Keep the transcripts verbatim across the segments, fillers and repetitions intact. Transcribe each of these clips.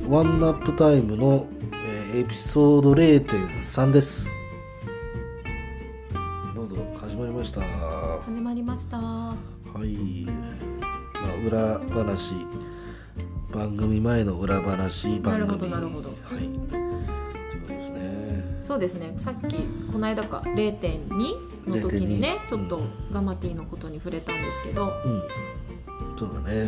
ワンナップタイムの、えー、エピソード ゼロてんさん です。どうぞ始まりました。 始まりました。 はい、まあ、裏話、番組前の裏話番組。 なるほどなるほど。 はい。ということですね。 そうですね。さっきこの間か ゼロてんに の時にね、ちょっとガマティのことに触れたんですけど。 うん。そうだね。 うん。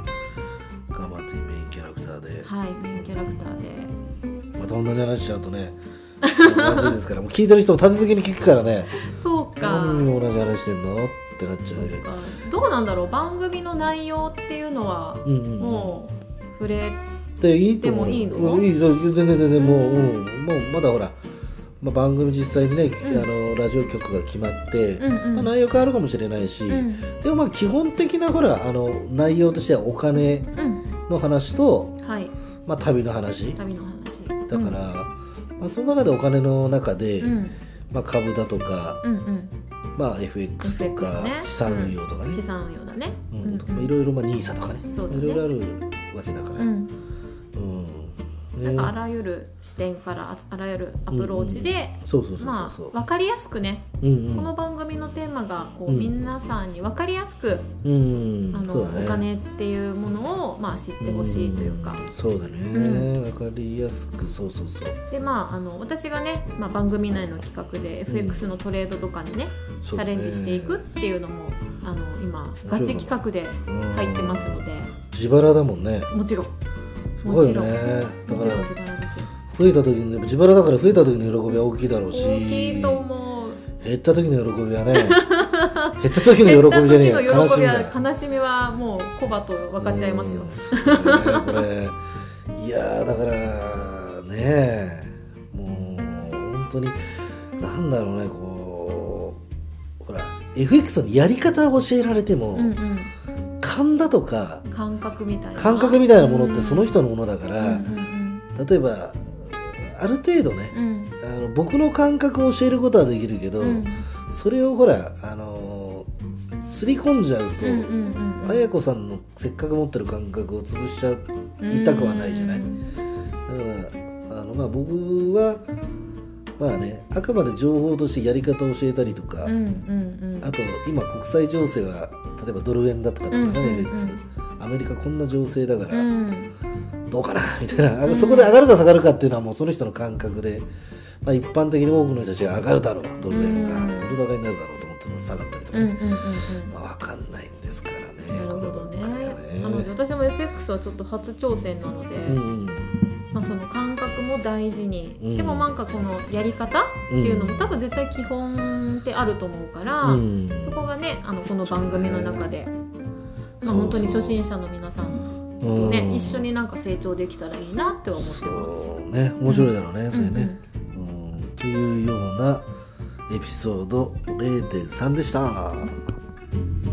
ガマティメインキャラクターで。 はい、メインキャラクターで。 また同じ話しちゃうとね。まずいですから、もう聞いてる人も立て続けに聞くからね。 そうか。 何同じ話してんのってなっちゃう。 どうなんだろう、番組の内容っていうのは、うんうん、もう触れてもいいの？ いい、全然全然もう、うん、もうまだほら、まあ、番組実際にね、うん、あのラジオ局が決まって、うんうん、まあ、内容変わるかもしれないし、うん、でもまあ基本的なほらあの内容としてはお金の話と、うん、はい、まあ、旅の話。 旅の話。 だから、うん、まあ、その中でお金の中で、うん、まあ、株だとか、うんうん、まあ、エフエックス とか、ね、資産運用とかね、 うん、資産運用だね、 いろいろ、まあ、ニーサとかね、いろいろあるわけだから、うん、 なんかあらゆる視点からあらゆるアプローチで分かりやすくね、うんうん、この番組のテーマがこう、うん、皆さんに分かりやすく、うんうん、あの、ね、お金っていうものを、まあ、知ってほしいというか、 うん、そうだね、うん、分かりやすく、そうそうそう。 で、まあ、あの私がね、まあ、番組内の企画で エフエックス のトレードとかにね、うん、チャレンジしていくっていうのもあの今ガチ企画で入ってますので、 自腹だもんね。 もちろんもちろん、ね、だから自腹ですよ。 増えた時に自腹だから増えた時の喜びは大きいだろうし、 大きいと思う。 減った時の喜びはね減った時の喜びじゃねえよ、 悲しみは悲しみはもうコバと分かっちゃいますよ。 ね、これいやだからね、もう本当になんだろうね、こうほら エフエックス のやり方を教えられても、うんうん、勘だとか感覚みたいな感覚みたいなものってその人のものだから、うんうんうん、例えばある程度ね、うん、あの僕の感覚を教えることはできるけど、うん、それをほらあのすり込んじゃうと、うんうんうん、綾子さんのせっかく持ってる感覚を潰しちゃいたくはないじゃない、うん、だからあの、まあ、僕はまあね、あくまで情報としてやり方を教えたりとか、うんうんうん、あと今国際情勢は例えばドル円だとかとかね、うんうんうん、エフエックス アメリカこんな情勢だから、うん、どうかなみたいな、うん、そこで上がるか下がるかっていうのはもうその人の感覚で、まあ、一般的に多くの人たちが上がるだろう、ドル円が、うん、ドル高になるだろうと思っても下がったりとか、ね、うんうんうんうん、まあ、分かんないんですからね。 なるほどね。なので私も エフエックス はちょっと初挑戦なので、うん、まあ、その感覚も大事に、うん、でもなんかこのやり方っていうのも多分絶対基本ってあると思うから、うん、そこがね、あのこの番組の中で、まあ、本当に初心者の皆さんとね、うん、一緒になんか成長できたらいいなって思ってます。 そうね、面白いだろうね、うん、それね、うんうん、というようなエピソード ゼロてんさん でした。